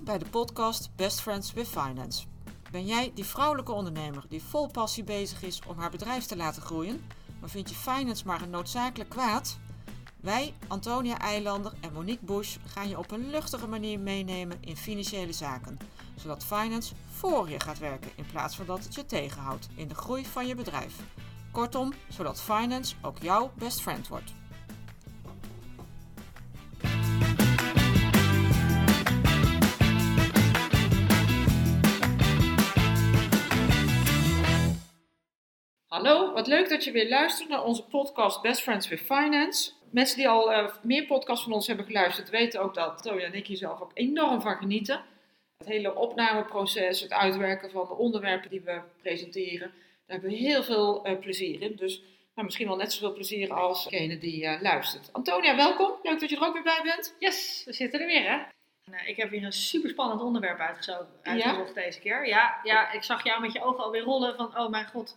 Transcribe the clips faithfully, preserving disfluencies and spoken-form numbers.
bij de podcast Best Friends with Finance. Ben jij die vrouwelijke ondernemer die vol passie bezig is om haar bedrijf te laten groeien, maar vind je finance maar een noodzakelijk kwaad? Wij, Antonia Eilander en Monique Busch, gaan je op een luchtige manier meenemen in financiële zaken, zodat finance voor je gaat werken in plaats van dat het je tegenhoudt in de groei van je bedrijf. Kortom, zodat finance ook jouw best friend wordt. Hallo, wat leuk dat je weer luistert naar onze podcast Best Friends with Finance. Mensen die al uh, meer podcasts van ons hebben geluisterd weten ook dat Toya en ik hier zelf ook enorm van genieten. Het hele opnameproces, het uitwerken van de onderwerpen die we presenteren, daar hebben we heel veel uh, plezier in. Dus nou, misschien wel net zoveel plezier als degene die uh, luistert. Antonia, welkom. Leuk dat je er ook weer bij bent. Yes, we zitten er weer hè. Nou, ik heb weer een super spannend onderwerp uitgezocht, uitgezocht ja? deze keer. Ja, ja, ik zag jou met je ogen alweer rollen van, oh mijn god.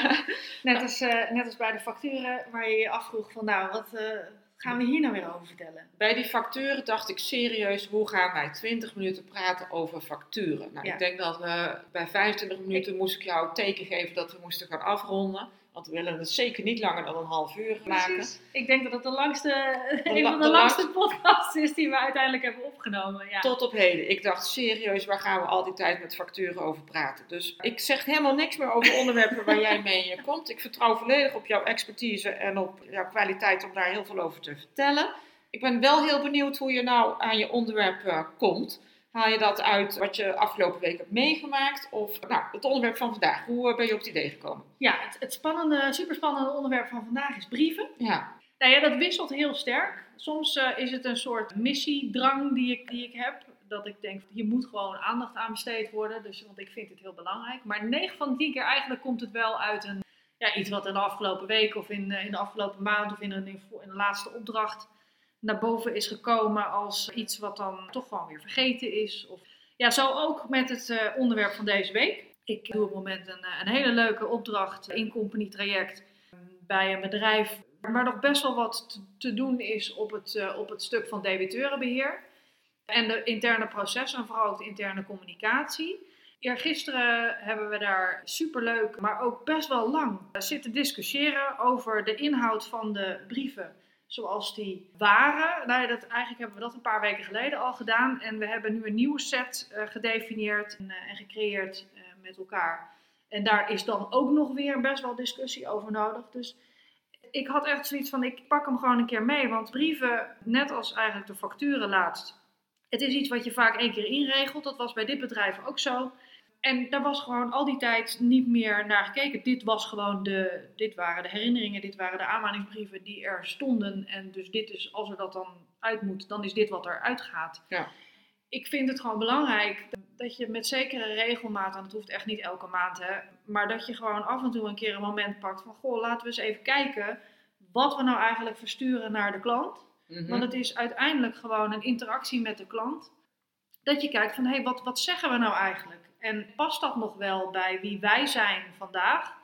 net, als, uh, net als bij de facturen waar je je afvroeg van, nou, wat uh, gaan we hier nou weer over vertellen? Bij die facturen dacht ik serieus, hoe gaan wij twintig minuten praten over facturen? Nou, ja. Ik denk dat we bij vijfentwintig minuten ik... moest ik jou teken geven dat we moesten gaan afronden. Want we willen het zeker niet langer dan een half uur maken. Precies. Ik denk dat het de langste, de een van de, de langste lang... podcasts is die we uiteindelijk hebben opgenomen. Ja. Tot op heden. Ik dacht serieus, waar gaan we al die tijd met facturen over praten? Dus ik zeg helemaal niks meer over onderwerpen waar jij mee komt. Ik vertrouw volledig op jouw expertise en op jouw kwaliteit om daar heel veel over te vertellen. Ik ben wel heel benieuwd hoe je nou aan je onderwerp uh, komt. Haal je dat uit wat je afgelopen week hebt meegemaakt? Of nou, het onderwerp van vandaag, hoe ben je op het idee gekomen? Ja, het, het spannende, superspannende onderwerp van vandaag is brieven. Ja. Nou ja, dat wisselt heel sterk. Soms uh, is het een soort missiedrang die ik, die ik heb. Dat ik denk, hier moet gewoon aandacht aan besteed worden. Dus, want ik vind het heel belangrijk. Maar negen van de tien keer eigenlijk komt het wel uit een, ja, iets wat in de afgelopen week of in, in de afgelopen maand of in een, in de laatste opdracht naar boven is gekomen als iets wat dan toch gewoon weer vergeten is. Of, ja, zo ook met het uh, onderwerp van deze week. Ik doe op het moment een, een hele leuke opdracht in company traject bij een bedrijf waar nog best wel wat te, te doen is op het, uh, op het stuk van debiteurenbeheer. En de interne processen en vooral ook de interne communicatie. Eergisteren hebben we daar superleuk, maar ook best wel lang zitten discussiëren over de inhoud van de brieven zoals die waren. Nou ja, dat, eigenlijk hebben we dat een paar weken geleden al gedaan. En we hebben nu een nieuwe set uh, gedefinieerd en, uh, en gecreëerd uh, met elkaar. En daar is dan ook nog weer best wel discussie over nodig. Dus ik had echt zoiets van, ik pak hem gewoon een keer mee. Want brieven, net als eigenlijk de facturen laatst, het is iets wat je vaak één keer inregelt. Dat was bij dit bedrijf ook zo. En daar was gewoon al die tijd niet meer naar gekeken. Dit was gewoon de, dit waren de herinneringen, dit waren de aanmaningsbrieven die er stonden. En dus dit is, als er dat dan uit moet, dan is dit wat er uitgaat. Ja. Ik vind het gewoon belangrijk dat je met zekere regelmaat, en dat hoeft echt niet elke maand, hè, maar dat je gewoon af en toe een keer een moment pakt van, goh, laten we eens even kijken wat we nou eigenlijk versturen naar de klant. Mm-hmm. Want het is uiteindelijk gewoon een interactie met de klant. Dat je kijkt van, hé, hey, wat, wat zeggen we nou eigenlijk? En past dat nog wel bij wie wij zijn vandaag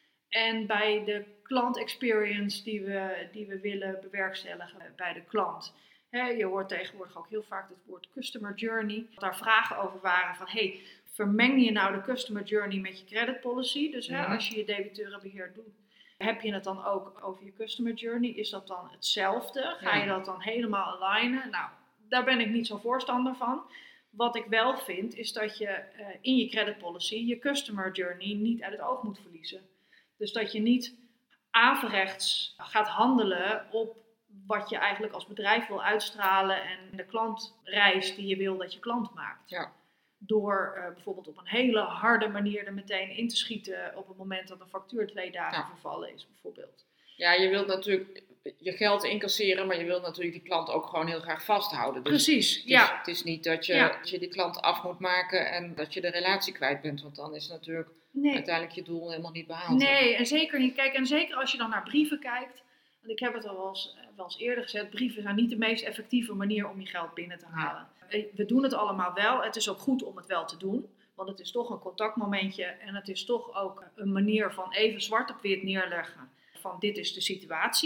en bij de klant-experience die we, die we willen bewerkstelligen bij de klant? He, je hoort tegenwoordig ook heel vaak het woord customer journey. Daar vragen over waren van, hey, vermeng je nou de customer journey met je credit policy? Dus ja. he, als je je debiteurenbeheer doet, heb je het dan ook over je customer journey? Is dat dan hetzelfde? Ga je dat dan helemaal alignen? Nou, daar ben ik niet zo voorstander van. Wat ik wel vind, is dat je uh, in je credit policy je customer journey niet uit het oog moet verliezen. Dus dat je niet averechts gaat handelen op wat je eigenlijk als bedrijf wil uitstralen en de klantreis die je wil dat je klant maakt. Ja. Door uh, bijvoorbeeld op een hele harde manier er meteen in te schieten op het moment dat een factuur twee dagen ja. vervallen is bijvoorbeeld. Ja, je wilt natuurlijk je geld incasseren, maar je wilt natuurlijk die klant ook gewoon heel graag vasthouden. Dus Precies, het is, ja. Het is niet dat je, ja. dat je die klant af moet maken en dat je de relatie kwijt bent, want dan is natuurlijk nee. uiteindelijk je doel helemaal niet behaald. Nee, en zeker niet. Kijk, en zeker als je dan naar brieven kijkt, want ik heb het al wel eens, wel eens eerder gezegd, brieven zijn niet de meest effectieve manier om je geld binnen te halen. Ja. We doen het allemaal wel, het is ook goed om het wel te doen. Want het is toch een contactmomentje en het is toch ook een manier van even zwart op wit neerleggen van dit is de situatie.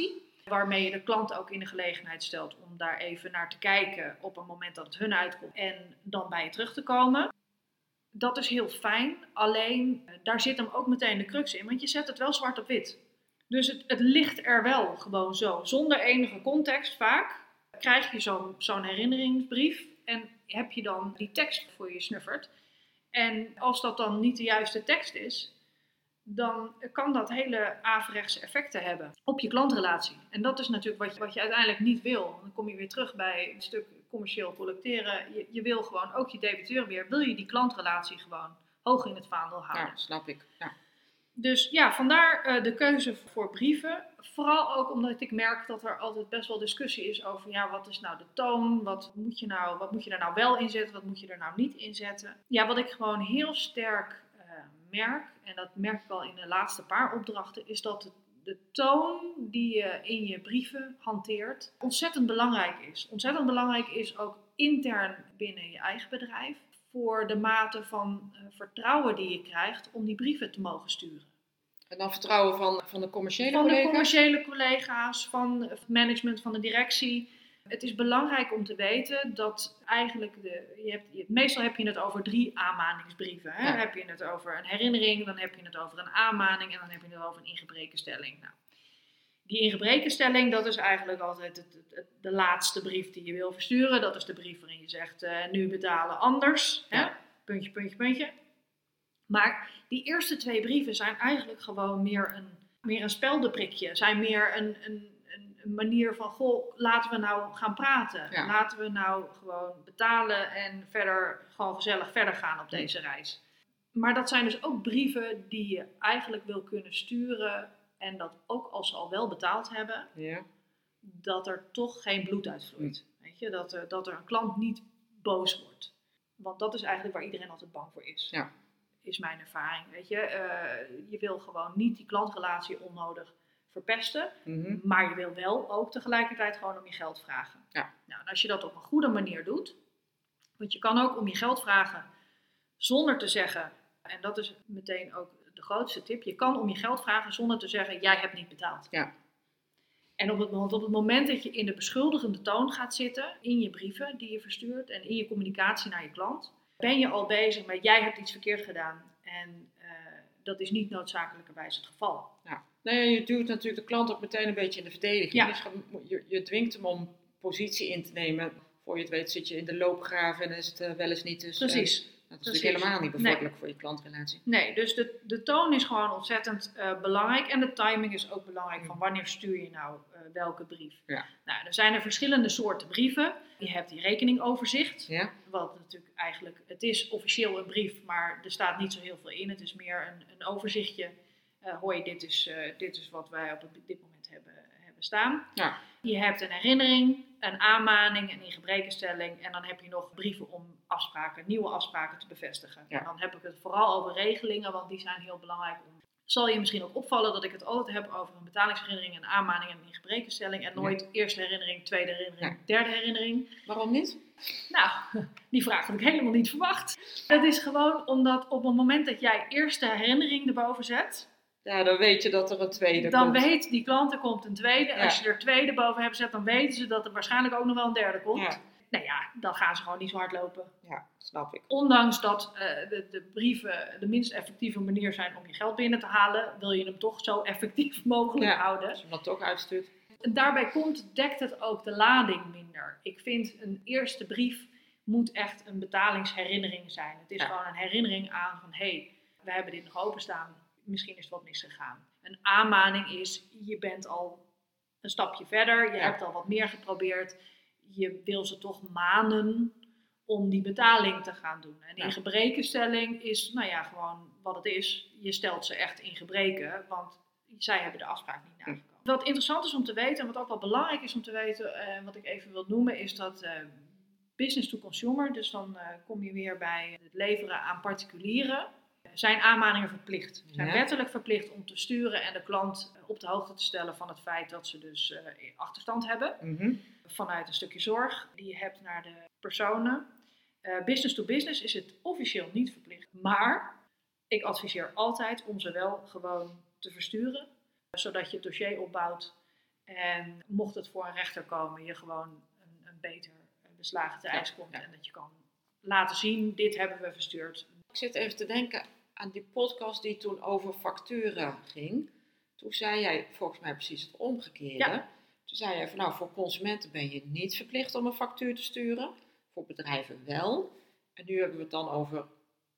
waarmee je de klant ook in de gelegenheid stelt om daar even naar te kijken op het moment dat het hun uitkomt en dan bij je terug te komen. Dat is heel fijn, alleen daar zit hem ook meteen de crux in, want je zet het wel zwart op wit. Dus het, het ligt er wel gewoon zo, zonder enige context vaak, krijg je zo'n, zo'n herinneringsbrief en heb je dan die tekst voor je snuffert. En als dat dan niet de juiste tekst is, dan kan dat hele averechtse effecten hebben op je klantrelatie. En dat is natuurlijk wat je, wat je uiteindelijk niet wil. Dan kom je weer terug bij een stuk commercieel collecteren. Je, je wil gewoon ook je debiteur weer, wil je die klantrelatie gewoon hoog in het vaandel houden. Ja, snap ik. Ja. Dus ja, vandaar uh, de keuze voor brieven. Vooral ook omdat ik merk dat er altijd best wel discussie is over, ja, wat is nou de toon? Wat moet je nou, wat moet je er nou wel in zetten? Wat moet je er nou niet in zetten? Ja, wat ik gewoon heel sterk uh, merk, en dat merk ik al in de laatste paar opdrachten, is dat de, de toon die je in je brieven hanteert ontzettend belangrijk is. Ontzettend belangrijk is ook intern binnen je eigen bedrijf, voor de mate van uh, vertrouwen die je krijgt om die brieven te mogen sturen. En dan vertrouwen van, van de commerciële van collega's? Van de commerciële collega's, van het management, van de directie. Het is belangrijk om te weten dat eigenlijk, de, je hebt, je, meestal heb je het over drie aanmaningsbrieven. Hè? Ja. Dan heb je het over een herinnering, dan heb je het over een aanmaning en dan heb je het over een ingebrekenstelling. Nou, die ingebrekenstelling, dat is eigenlijk altijd het, het, het, de laatste brief die je wil versturen. Dat is de brief waarin je zegt, uh, nu betalen anders. Hè? Ja. Puntje, puntje, puntje. Maar die eerste twee brieven zijn eigenlijk gewoon meer een, meer een speldenprikje. Zijn meer een, een, een manier van, goh, laten we nou gaan praten. Ja. Laten we nou gewoon betalen en verder gewoon gezellig verder gaan op deze reis. Maar dat zijn dus ook brieven die je eigenlijk wil kunnen sturen. En dat ook als ze al wel betaald hebben, Ja. dat er toch geen bloed uitvloeit. Mm. Weet je? Dat, er, dat er een klant niet boos wordt. Want dat is eigenlijk waar iedereen altijd bang voor is. Ja. Is mijn ervaring. Weet je? Uh, je wil gewoon niet die klantrelatie onnodig verpesten. Mm-hmm. Maar je wil wel ook tegelijkertijd gewoon om je geld vragen. Ja. Nou, en als je dat op een goede manier doet. Want je kan ook om je geld vragen zonder te zeggen. En dat is meteen ook de grootste tip. Je kan om je geld vragen zonder te zeggen, jij hebt niet betaald. Ja. En op het, want op het moment dat je in de beschuldigende toon gaat zitten, in je brieven die je verstuurt en in je communicatie naar je klant, ben je al bezig met, jij hebt iets verkeerd gedaan. En uh, dat is niet noodzakelijkerwijs het geval. Ja. Nou ja, je duwt natuurlijk de klant ook meteen een beetje in de verdediging. Ja. Dus je, je dwingt hem om positie in te nemen. Voor je het weet zit je in de loopgraven en is het uh, wel eens niet. Dus, Precies. Uh, dat is natuurlijk helemaal niet bevorderlijk nee. voor je klantrelatie. Nee, dus de, de toon is gewoon ontzettend uh, belangrijk. En de timing is ook belangrijk van wanneer stuur je nou uh, welke brief. Ja. Nou, er zijn er verschillende soorten brieven. Je hebt die rekeningoverzicht. Ja. Wat natuurlijk eigenlijk, het is officieel een brief, maar er staat niet zo heel veel in. Het is meer een, een overzichtje. Uh, hoi, dit is, uh, dit is wat wij op dit moment hebben, hebben staan. Ja. Je hebt een herinnering, een aanmaning, een ingebrekenstelling. En dan heb je nog brieven om afspraken, nieuwe afspraken te bevestigen. Ja. En dan heb ik het vooral over regelingen, want die zijn heel belangrijk. Om... Zal je misschien ook opvallen dat ik het altijd heb over een betalingsherinnering, een aanmaning en een ingebrekenstelling. En nooit ja. eerste herinnering, tweede herinnering, ja. derde herinnering. Waarom niet? Nou, die vraag had ik helemaal niet verwacht. Dat is gewoon omdat op het moment dat jij eerste herinnering erboven zet... Ja, dan weet je dat er een tweede dan komt. Dan weet die klant, er komt een tweede. Ja. Als je er tweede boven hebt gezet, dan weten ze dat er waarschijnlijk ook nog wel een derde komt. Ja. Nou ja, dan gaan ze gewoon niet zo hard lopen. Ja, snap ik. Ondanks dat uh, de, de brieven de minst effectieve manier zijn om je geld binnen te halen, wil je hem toch zo effectief mogelijk ja, houden. Als je hem dan toch uitstuurt. Daarbij komt, dekt het ook de lading minder. Ik vind een eerste brief moet echt een betalingsherinnering zijn. Het is ja. gewoon een herinnering aan van, hé, hey, we hebben dit nog openstaan. Misschien is het wat misgegaan. Een aanmaning is, je bent al een stapje verder, je ja. hebt al wat meer geprobeerd. Je wil ze toch manen om die betaling te gaan doen. En in ja. gebrekenstelling is, nou ja, gewoon wat het is. Je stelt ze echt in gebreken, want zij hebben de afspraak niet nagekomen. Ja. Wat interessant is om te weten, en wat ook wel belangrijk is om te weten, uh, wat ik even wil noemen, is dat uh, business to consumer, dus dan uh, kom je weer bij het leveren aan particulieren, zijn aanmaningen verplicht. Ze zijn ja. wettelijk verplicht om te sturen en de klant op de hoogte te stellen van het feit dat ze dus uh, achterstand hebben. Mm-hmm. Vanuit een stukje zorg die je hebt naar de personen. Uh, business to business is het officieel niet verplicht. Maar ik adviseer altijd om ze wel gewoon te versturen. Zodat je het dossier opbouwt En mocht het voor een rechter komen, je gewoon een, een beter beslagen te eis komt. Ja, ja. En dat je kan laten zien, dit hebben we verstuurd. Ik zit even te denken aan die podcast die toen over facturen ging. Toen zei jij volgens mij precies het omgekeerde. Ja. Toen zei jij van nou, voor consumenten ben je niet verplicht om een factuur te sturen. Voor bedrijven wel. En nu hebben we het dan over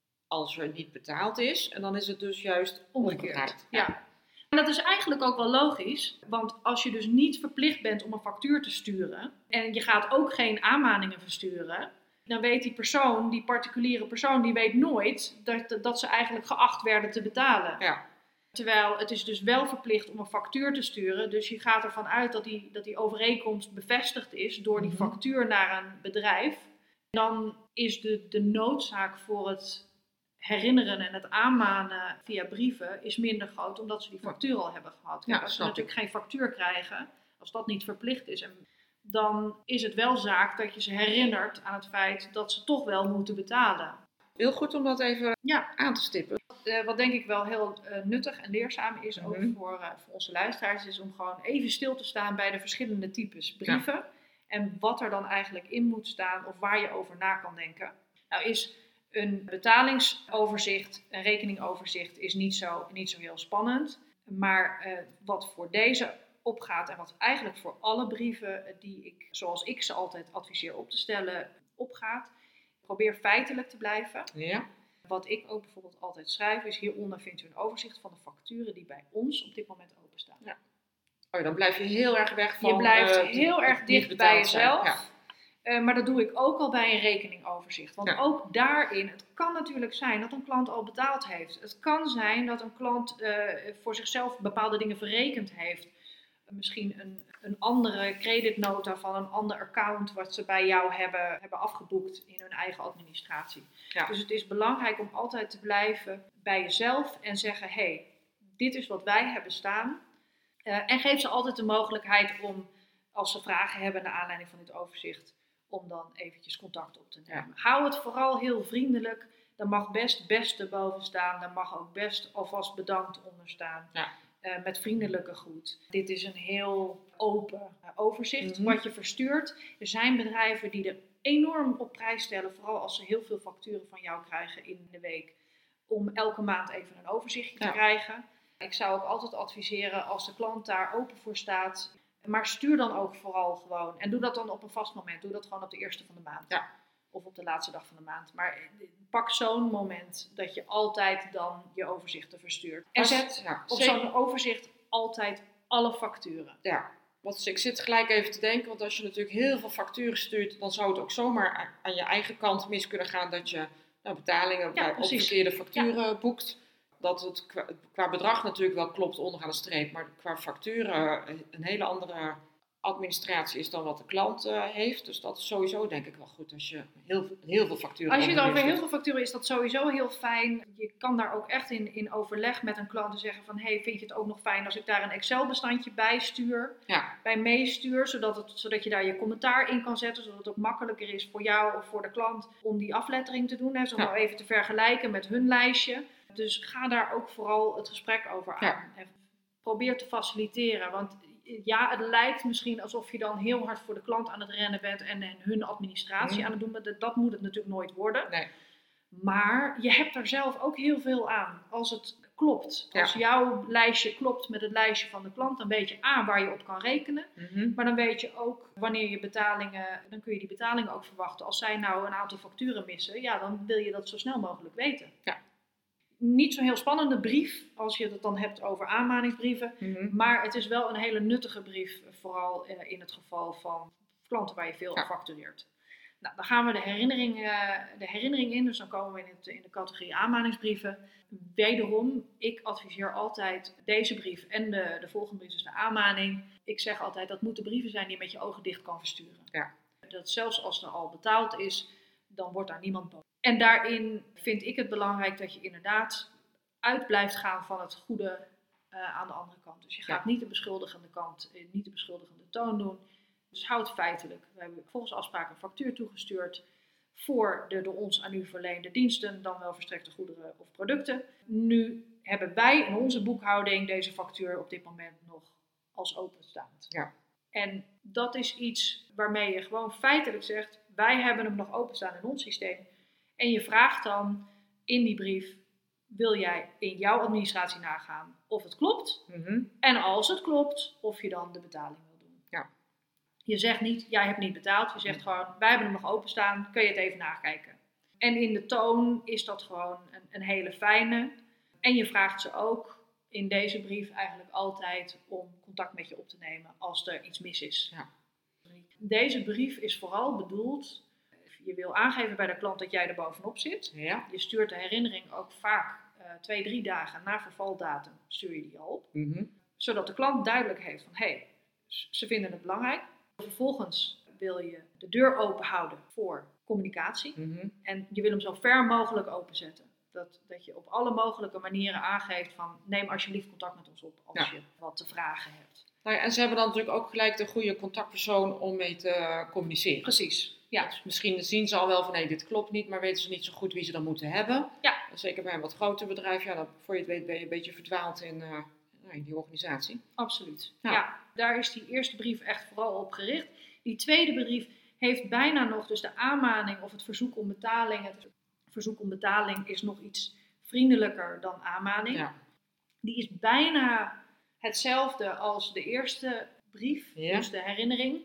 als er niet betaald is. En dan is het dus juist Omgekeerd. omgedraaid. Ja. En dat is eigenlijk ook wel logisch. Want als je dus niet verplicht bent om een factuur te sturen. En je gaat ook geen aanmaningen versturen. Dan weet die persoon, die particuliere persoon, die weet nooit dat, dat ze eigenlijk geacht werden te betalen. Ja. Terwijl het is dus wel verplicht om een factuur te sturen. Dus je gaat ervan uit dat die, dat die overeenkomst bevestigd is door die Mm-hmm. factuur naar een bedrijf. Dan is de, de noodzaak voor het herinneren en het aanmanen via brieven is minder groot, omdat ze die factuur al hebben gehad. Kijk, Ja, als ze snap natuurlijk geen factuur krijgen, als dat niet verplicht is, en dan is het wel zaak dat je ze herinnert aan het feit dat ze toch wel moeten betalen. Heel goed om dat even Ja. aan te stippen. Uh, wat denk ik wel heel uh, nuttig en leerzaam is, ook Mm-hmm. voor, uh, voor onze luisteraars, is om gewoon even stil te staan bij de verschillende types brieven. Ja. En wat er dan eigenlijk in moet staan of waar je over na kan denken. Nou is een betalingsoverzicht, een rekeningoverzicht is niet zo, niet zo heel spannend. Maar uh, wat voor deze opgaat en wat eigenlijk voor alle brieven die ik, zoals ik ze altijd adviseer op te stellen, opgaat. Probeer feitelijk te blijven. Ja. Wat ik ook bijvoorbeeld altijd schrijf is, hieronder vindt u een overzicht van de facturen die bij ons op dit moment openstaan. Ja. Oh, dan blijf je heel erg weg van... Je blijft uh, heel erg dicht bij jezelf. Ja. Uh, maar dat doe ik ook al bij een rekeningoverzicht. Want ja. ook daarin, het kan natuurlijk zijn dat een klant al betaald heeft. Het kan zijn dat een klant uh, voor zichzelf bepaalde dingen verrekend heeft. Misschien een, een andere creditnota van een ander account wat ze bij jou hebben, hebben afgeboekt in hun eigen administratie. Ja. Dus het is belangrijk om altijd te blijven bij jezelf en zeggen, hé, hey, dit is wat wij hebben staan. Uh, en geef ze altijd de mogelijkheid om, als ze vragen hebben naar aanleiding van dit overzicht, om dan eventjes contact op te nemen. Ja. Hou het vooral heel vriendelijk. Daar mag best beste boven staan. Daar mag ook best alvast bedankt onder staan. Ja. Uh, met vriendelijke groet. Dit is een heel open uh, overzicht mm-hmm. wat je verstuurt. Er zijn bedrijven die er enorm op prijs stellen, vooral als ze heel veel facturen van jou krijgen in de week, om elke maand even een overzichtje ja. te krijgen. Ik zou ook altijd adviseren, als de klant daar open voor staat, maar stuur dan ook vooral gewoon. En doe dat dan op een vast moment. Doe dat gewoon op de eerste van de maand. Ja. Of op de laatste dag van de maand. Maar pak zo'n moment dat je altijd dan je overzichten verstuurt. En zet ja, op zo'n overzicht altijd alle facturen. Ja, want ik zit gelijk even te denken. Want als je natuurlijk heel veel facturen stuurt, dan zou het ook zomaar aan je eigen kant mis kunnen gaan dat je nou, betalingen ja, op verkeerde facturen ja. boekt. Dat het qua, qua bedrag natuurlijk wel klopt onderaan de streep, maar qua facturen een hele andere administratie is dan wat de klant uh, heeft. Dus dat is sowieso denk ik wel goed als je heel, heel veel facturen... Als je het over heel veel facturen is dat sowieso heel fijn. Je kan daar ook echt in, in overleg met een klant zeggen van, hey, vind je het ook nog fijn als ik daar een Excel-bestandje bij stuur, ja. bij meestuur, zodat, het, zodat je daar je commentaar in kan zetten, zodat het ook makkelijker is voor jou of voor de klant om die aflettering te doen. Hè, zo ja. even te vergelijken met hun lijstje. Dus ga daar ook vooral het gesprek over aan. Ja. En probeer te faciliteren. Want ja, het lijkt misschien alsof je dan heel hard voor de klant aan het rennen bent en, en hun administratie mm. aan het doen. Maar dat, dat moet het natuurlijk nooit worden. Nee. Maar je hebt er zelf ook heel veel aan. Als het klopt. Ja. Als jouw lijstje klopt met het lijstje van de klant, dan weet je A, waar je op kan rekenen. Mm-hmm. Maar dan weet je ook wanneer je betalingen, dan kun je die betalingen ook verwachten. Als zij nou een aantal facturen missen, ja, dan wil je dat zo snel mogelijk weten. Ja. Niet zo'n heel spannende brief, als je het dan hebt over aanmaningsbrieven. Mm-hmm. Maar het is wel een hele nuttige brief, vooral uh, in het geval van klanten waar je veel ja. factureert. Nou, dan gaan we de herinnering, uh, de herinnering in, dus dan komen we in, het, in de categorie aanmaningsbrieven. Wederom, ik adviseer altijd deze brief en de, de volgende brief, dus de aanmaning. Ik zeg altijd, dat moeten brieven zijn die je met je ogen dicht kan versturen. Ja. Dat zelfs als er al betaald is, dan wordt daar niemand boos. En daarin vind ik het belangrijk dat je inderdaad uit blijft gaan van het goede uh, aan de andere kant. Dus je gaat ja. niet de beschuldigende kant, uh, niet de beschuldigende toon doen. Dus houd feitelijk. We hebben volgens afspraak een factuur toegestuurd voor de door ons aan u verleende diensten, dan wel verstrekte goederen of producten. Nu hebben wij in onze boekhouding deze factuur op dit moment nog als openstaand. Ja. En dat is iets waarmee je gewoon feitelijk zegt, wij hebben hem nog openstaan in ons systeem. En je vraagt dan in die brief, wil jij in jouw administratie nagaan of het klopt? Mm-hmm. En als het klopt, of je dan de betaling wil doen. Ja. Je zegt niet, jij hebt niet betaald. Je zegt gewoon, wij hebben hem nog openstaan, kun je het even nakijken. En in de toon is dat gewoon een, een hele fijne. En je vraagt ze ook in deze brief eigenlijk altijd om contact met je op te nemen als er iets mis is. Ja. Deze brief is vooral bedoeld, je wil aangeven bij de klant dat jij er bovenop zit. Ja. Je stuurt de herinnering ook vaak uh, twee, drie dagen na vervaldatum stuur je die al op. Mm-hmm. Zodat de klant duidelijk heeft van, hé, hey, ze vinden het belangrijk. Vervolgens wil je de deur open houden voor communicatie. Mm-hmm. En je wil hem zo ver mogelijk openzetten. Dat, dat je op alle mogelijke manieren aangeeft van, neem alsjeblieft contact met ons op als Ja. je wat te vragen hebt. Nou ja, en ze hebben dan natuurlijk ook gelijk de goede contactpersoon om mee te communiceren. Precies, ja. Dus misschien zien ze al wel van, nee, dit klopt niet, maar weten ze niet zo goed wie ze dan moeten hebben. Ja. Zeker bij een wat groter bedrijf, ja, dan, voor je het weet ben je een beetje verdwaald in, uh, in die organisatie. Absoluut. Ja. Ja, daar is die eerste brief echt vooral op gericht. Die tweede brief heeft bijna nog, dus de aanmaning of het verzoek om betaling. Het verzoek om betaling is nog iets vriendelijker dan aanmaning. Ja. Die is bijna hetzelfde als de eerste brief, Ja. dus de herinnering.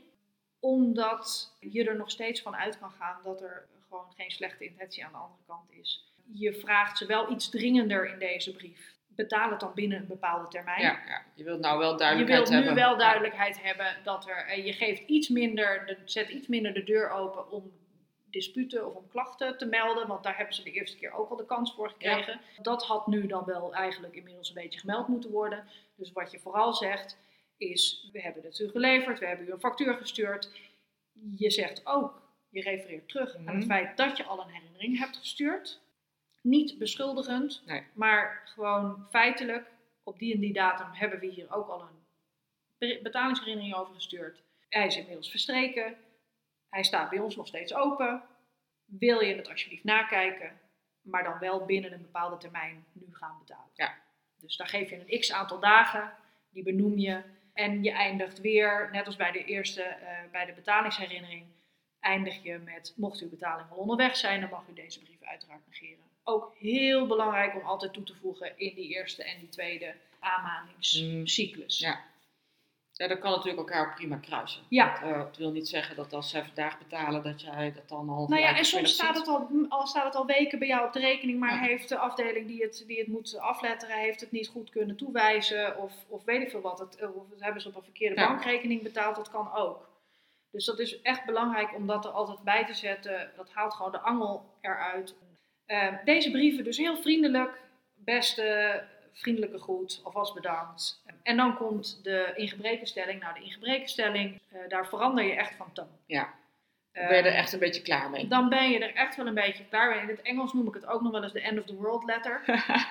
Omdat je er nog steeds van uit kan gaan dat er gewoon geen slechte intentie aan de andere kant is. Je vraagt ze wel iets dringender in deze brief. Betaal het dan binnen een bepaalde termijn. Ja, ja. Je wilt nou wel Je duidelijkheid wilt nu hebben. wel duidelijkheid hebben dat er, eh, je geeft iets minder, de, zet iets minder de deur open om disputen of om klachten te melden. Want daar hebben ze de eerste keer ook al de kans voor gekregen. Ja. Dat had nu dan wel eigenlijk inmiddels een beetje gemeld moeten worden. Dus wat je vooral zegt is, we hebben het u geleverd, we hebben u een factuur gestuurd. Je zegt ook, je refereert terug mm-hmm. aan het feit dat je al een herinnering hebt gestuurd. Niet beschuldigend, nee. maar gewoon feitelijk. Op die en die datum hebben we hier ook al een betalingsherinnering over gestuurd. Hij is inmiddels verstreken. Hij staat bij ons nog steeds open. Wil je het alsjeblieft nakijken, maar dan wel binnen een bepaalde termijn nu gaan betalen. Ja. Dus daar geef je een x aantal dagen, die benoem je. En je eindigt weer, net als bij de eerste, uh, bij de betalingsherinnering, eindig je met, mocht uw betaling al onderweg zijn, dan mag u deze brief uiteraard negeren. Ook heel belangrijk om altijd toe te voegen in die eerste en die tweede aanmaningscyclus. Mm. Ja. Ja, dat kan natuurlijk elkaar ook prima kruisen. Ja. Want, uh, het wil niet zeggen dat als zij vandaag betalen, dat jij dat dan al... Nou ja, en soms staat het, al, al, staat het al weken bij jou op de rekening, maar ja. heeft de afdeling die het, die het moet afletteren, heeft het niet goed kunnen toewijzen, of, of weet ik veel wat, het, of hebben ze op een verkeerde ja. bankrekening betaald, dat kan ook. Dus dat is echt belangrijk om dat er altijd bij te zetten, dat haalt gewoon de angel eruit. Uh, deze brieven dus heel vriendelijk, beste vriendelijke groet, alvast bedankt. En dan komt de ingebrekenstelling. Nou, de ingebrekenstelling, uh, daar verander je echt van toon. Ja, dan ben je er echt een beetje klaar mee. Dan ben je er echt wel een beetje klaar mee. In het Engels noem ik het ook nog wel eens de end of the world letter.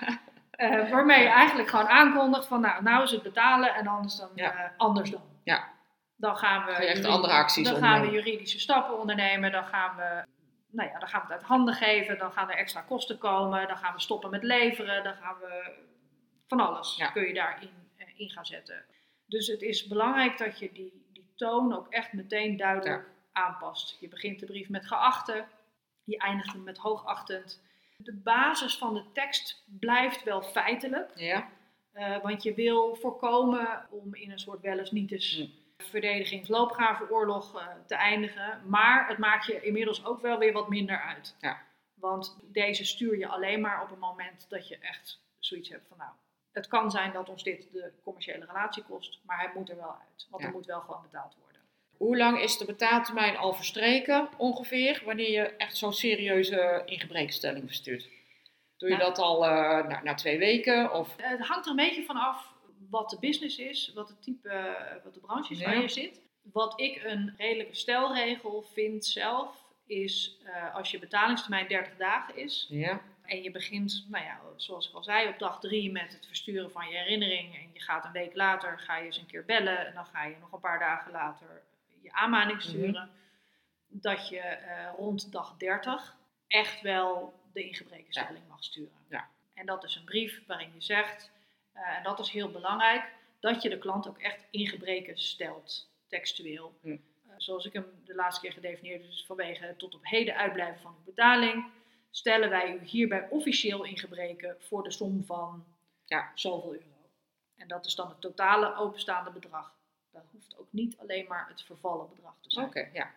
uh, waarmee je eigenlijk gewoon aankondigt van, nou, nou is het betalen en anders dan, ja. uh, anders dan. Ja. Dan gaan we, Ga je echt andere acties dan ondernemen. gaan we juridische stappen ondernemen, dan gaan we... Nou ja, dan gaan we het uit handen geven, dan gaan er extra kosten komen, dan gaan we stoppen met leveren, dan gaan we van alles ja. kun je daarin uh, in gaan zetten. Dus het is belangrijk dat je die, die toon ook echt meteen duidelijk ja. aanpast. Je begint de brief met geachte, je eindigt hem met hoogachtend. De basis van de tekst blijft wel feitelijk, ja. uh, want je wil voorkomen om in een soort wel eens niet eens... Mm. verdedigingsloopgravenoorlog uh, te eindigen. Maar het maakt je inmiddels ook wel weer wat minder uit. Ja. Want deze stuur je alleen maar op het moment dat je echt zoiets hebt van... nou, het kan zijn dat ons dit de commerciële relatie kost, maar hij moet er wel uit. Want ja. er moet wel gewoon betaald worden. Hoe lang is de betaaltermijn al verstreken ongeveer, wanneer je echt zo'n serieuze ingebrekenstelling verstuurt? Doe je nou, dat al uh, na, na twee weken? Of? Het hangt er een beetje van af wat de business is, wat het type, uh, wat de branche is ja. waar je zit. Wat ik een redelijke stelregel vind zelf, is uh, als je betalingstermijn dertig dagen is. Ja. En je begint, nou ja, zoals ik al zei, op dag drie met het versturen van je herinnering. En je gaat een week later, ga je eens een keer bellen. En dan ga je nog een paar dagen later je aanmaning sturen. Mm-hmm. Dat je uh, rond dag dertig echt wel de ingebrekenstelling ja. mag sturen. Ja. En dat is een brief waarin je zegt... Uh, en dat is heel belangrijk. dat je de klant ook echt in gebreken stelt, textueel. Hm. Uh, zoals ik hem de laatste keer gedefinieerd, dus vanwege tot op heden uitblijven van uw betaling, stellen wij u hierbij officieel in gebreken voor de som van ja. zoveel euro. En dat is dan het totale openstaande bedrag. Dat hoeft ook niet alleen maar het vervallen bedrag te zijn. Oké, okay, ja.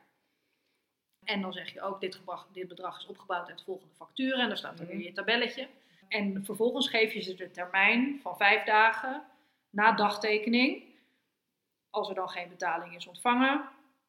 En dan zeg je ook, dit, gebracht, dit bedrag is opgebouwd uit volgende facturen. En dan staat dan weer je tabelletje. En vervolgens geef je ze de termijn van vijf dagen na dagtekening. Als er dan geen betaling is ontvangen,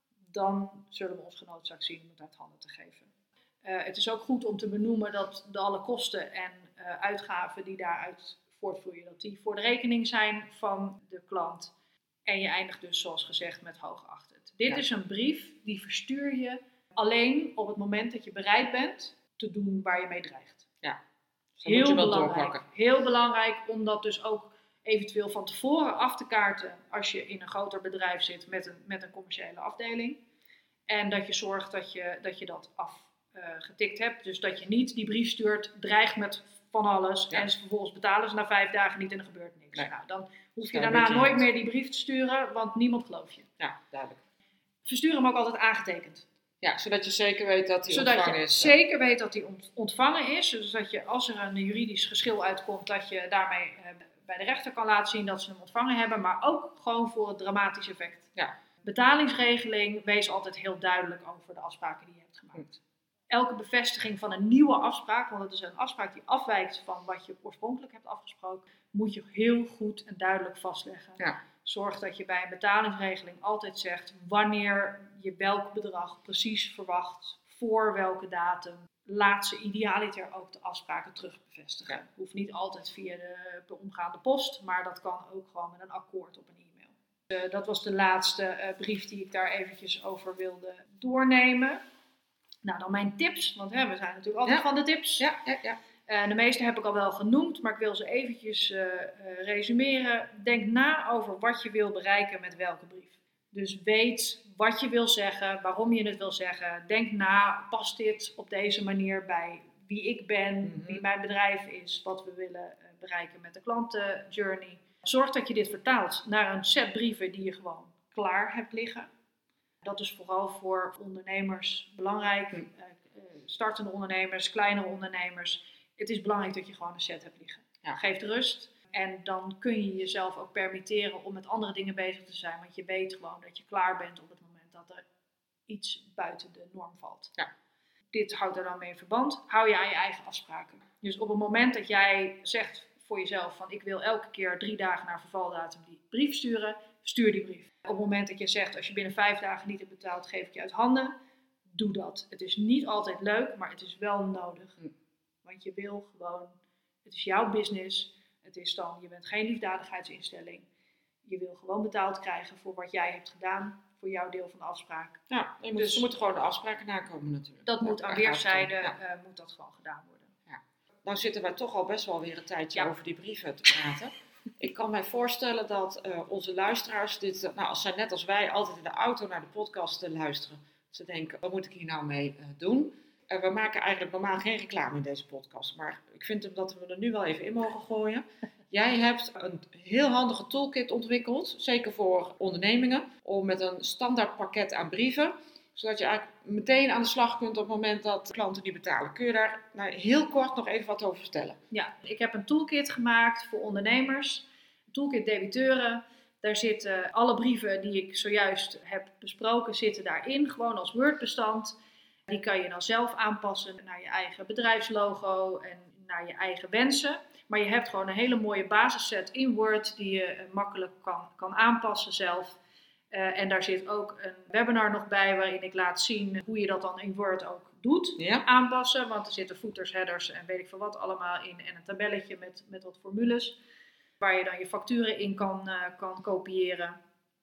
dan zullen we ons genoodzaakt zien om het uit handen te geven. Uh, het is ook goed om te benoemen dat de alle kosten en uh, uitgaven die daaruit voortvloeien, dat die voor de rekening zijn van de klant. En je eindigt dus, zoals gezegd, met hoogachtend. Dit ja. is een brief, die verstuur je alleen op het moment dat je bereid bent te doen waar je mee dreigt. Ja, dus heel moet je wel belangrijk. doorpakken. Heel belangrijk om dat dus ook eventueel van tevoren af te kaarten als je in een groter bedrijf zit met een, met een commerciële afdeling. En dat je zorgt dat je dat, je dat afgetikt uh, hebt. Dus dat je niet die brief stuurt, dreigt met van alles ja. en ze vervolgens betalen ze na vijf dagen niet en er gebeurt niks. Nee. Nou, dan hoef je daarna nooit hand. meer die brief te sturen, want niemand gelooft je. Ja, duidelijk. Verstuur hem ook altijd aangetekend. Ja, zodat je zeker weet dat hij zodat ontvangen je is. zeker weet dat hij ontvangen is. Zodat je, als er een juridisch geschil uitkomt, dat je daarmee uh, bij de rechter kan laten zien dat ze hem ontvangen hebben. Maar ook gewoon voor het dramatische effect. Ja. Betalingsregeling, wees altijd heel duidelijk over de afspraken die je hebt gemaakt. Elke bevestiging van een nieuwe afspraak, want het is een afspraak die afwijkt van wat je oorspronkelijk hebt afgesproken, moet je heel goed en duidelijk vastleggen. Ja. Zorg dat je bij een betalingsregeling altijd zegt wanneer je welk bedrag precies verwacht, voor welke datum. Laat ze idealiter ook de afspraken terug bevestigen. Ja. Hoeft niet altijd via de, de omgaande post, maar dat kan ook gewoon met een akkoord op een e-mail. Uh, dat was de laatste uh, brief die ik daar eventjes over wilde doornemen. Nou, dan mijn tips, want hè, we zijn natuurlijk altijd ja. van de tips. Ja, ja, ja. Uh, de meeste heb ik al wel genoemd, maar ik wil ze eventjes uh, uh, resumeren. Denk na over wat je wil bereiken met welke brief. Dus weet wat je wil zeggen, waarom je het wil zeggen. Denk na, past dit op deze manier bij wie ik ben, mm-hmm. wie mijn bedrijf is, wat we willen uh, bereiken met de klantenjourney. Zorg dat je dit vertaalt naar een set brieven die je gewoon klaar hebt liggen. Dat is vooral voor ondernemers belangrijk, uh, startende ondernemers, kleinere ondernemers. Het is belangrijk dat je gewoon een set hebt liggen. Ja. Geeft rust en dan kun je jezelf ook permitteren om met andere dingen bezig te zijn. Want je weet gewoon dat je klaar bent op het moment dat er iets buiten de norm valt. Ja. Dit houdt er dan mee in verband. Hou je aan je eigen afspraken. Dus op het moment dat jij zegt voor jezelf van ik wil elke keer drie dagen naar vervaldatum die brief sturen, stuur die brief. Op het moment dat je zegt als je binnen vijf dagen niet hebt betaald, geef ik je uit handen. Doe dat. Het is niet altijd leuk, maar het is wel nodig. Hm. Want je wil gewoon, het is jouw business. Het is dan, je bent geen liefdadigheidsinstelling. Je wil gewoon betaald krijgen voor wat jij hebt gedaan, voor jouw deel van de afspraak. Ja, je moet, dus ze moeten gewoon de afspraken nakomen natuurlijk. Dat ja, moet aan weerszijden, ja. uh, moet dat gewoon gedaan worden. Ja. Nou zitten wij toch al best wel weer een tijdje ja. over die brieven te praten. Ik kan mij voorstellen dat uh, onze luisteraars dit, uh, nou als zij net als wij altijd in de auto naar de podcast uh, luisteren, ze denken, wat moet ik hier nou mee uh, doen? Uh, we maken eigenlijk normaal geen reclame in deze podcast, maar ik vind hem dat we er nu wel even in mogen gooien. Jij hebt een heel handige toolkit ontwikkeld, zeker voor ondernemingen, om met een standaard pakket aan brieven, zodat je eigenlijk meteen aan de slag kunt op het moment dat klanten die betalen. Kun je daar nou, heel kort nog even wat over vertellen? Ja, ik heb een toolkit gemaakt voor ondernemers, een toolkit debiteuren. Daar zitten alle brieven die ik zojuist heb besproken, zitten daarin, gewoon als Word-bestand. Die kan je dan zelf aanpassen naar je eigen bedrijfslogo en naar je eigen wensen. Maar je hebt gewoon een hele mooie basisset in Word die je makkelijk kan, kan aanpassen zelf. Uh, en daar zit ook een webinar nog bij waarin ik laat zien hoe je dat dan in Word ook doet. Ja. Aanpassen, want er zitten footers, headers en weet ik veel wat allemaal in. En een tabelletje met, met wat formules waar je dan je facturen in kan, uh, kan kopiëren.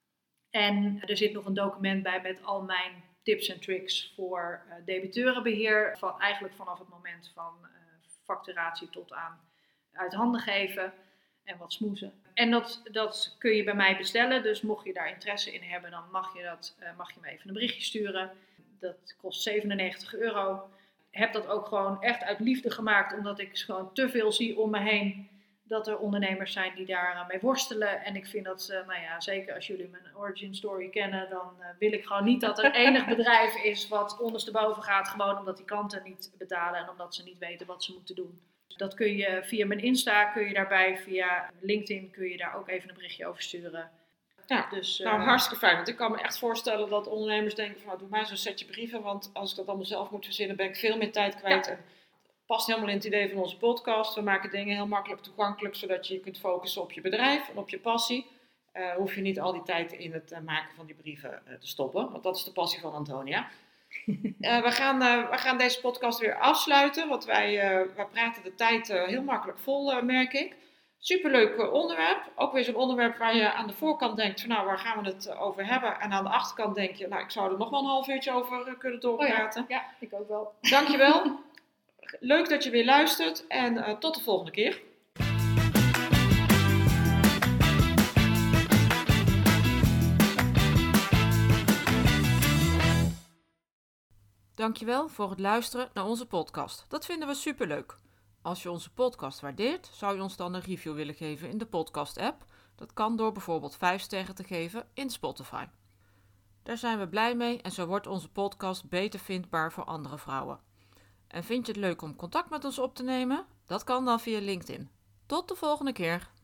En er zit nog een document bij met al mijn tips en tricks voor uh, debiteurenbeheer. Van, eigenlijk vanaf het moment van uh, facturatie tot aan uit handen geven en wat smoezen. En dat, dat kun je bij mij bestellen. Dus mocht je daar interesse in hebben, dan mag je, dat, uh, mag je me even een berichtje sturen. Dat kost zevenennegentig euro. Ik heb dat ook gewoon echt uit liefde gemaakt, omdat ik gewoon te veel zie om me heen dat er ondernemers zijn die daar uh, mee worstelen. En ik vind dat, uh, nou ja, zeker als jullie mijn origin story kennen, dan uh, wil ik gewoon niet dat er enig bedrijf is wat ondersteboven gaat, gewoon omdat die klanten niet betalen en omdat ze niet weten wat ze moeten doen. Dat kun je via mijn Insta, kun je daarbij, via LinkedIn kun je daar ook even een berichtje over sturen. Ja, dus, uh, nou hartstikke fijn. Want ik kan me echt voorstellen dat ondernemers denken van, nou, doe mij zo'n setje brieven. Want als ik dat allemaal zelf moet verzinnen, ben ik veel meer tijd kwijt. Ja. En past helemaal in het idee van onze podcast. We maken dingen heel makkelijk toegankelijk, zodat je je kunt focussen op je bedrijf en op je passie. Uh, hoef je niet al die tijd in het uh, maken van die brieven uh, te stoppen. Want dat is de passie van Antonia. Uh, we, gaan, uh, we gaan deze podcast weer afsluiten. Want wij, uh, wij praten de tijd uh, heel makkelijk vol, uh, merk ik. Superleuk uh, onderwerp. Ook weer zo'n onderwerp waar je aan de voorkant denkt van, nou, waar gaan we het uh, over hebben? En aan de achterkant denk je, nou, ik zou er nog wel een half uurtje over uh, kunnen doorpraten. Oh ja. ja, ik ook wel. Dankjewel. Leuk dat je weer luistert en uh, tot de volgende keer. Dankjewel voor het luisteren naar onze podcast. Dat vinden we superleuk. Als je onze podcast waardeert, zou je ons dan een review willen geven in de podcast-app. Dat kan door bijvoorbeeld vijf sterren te geven in Spotify. Daar zijn we blij mee en zo wordt onze podcast beter vindbaar voor andere vrouwen. En vind je het leuk om contact met ons op te nemen? Dat kan dan via LinkedIn. Tot de volgende keer!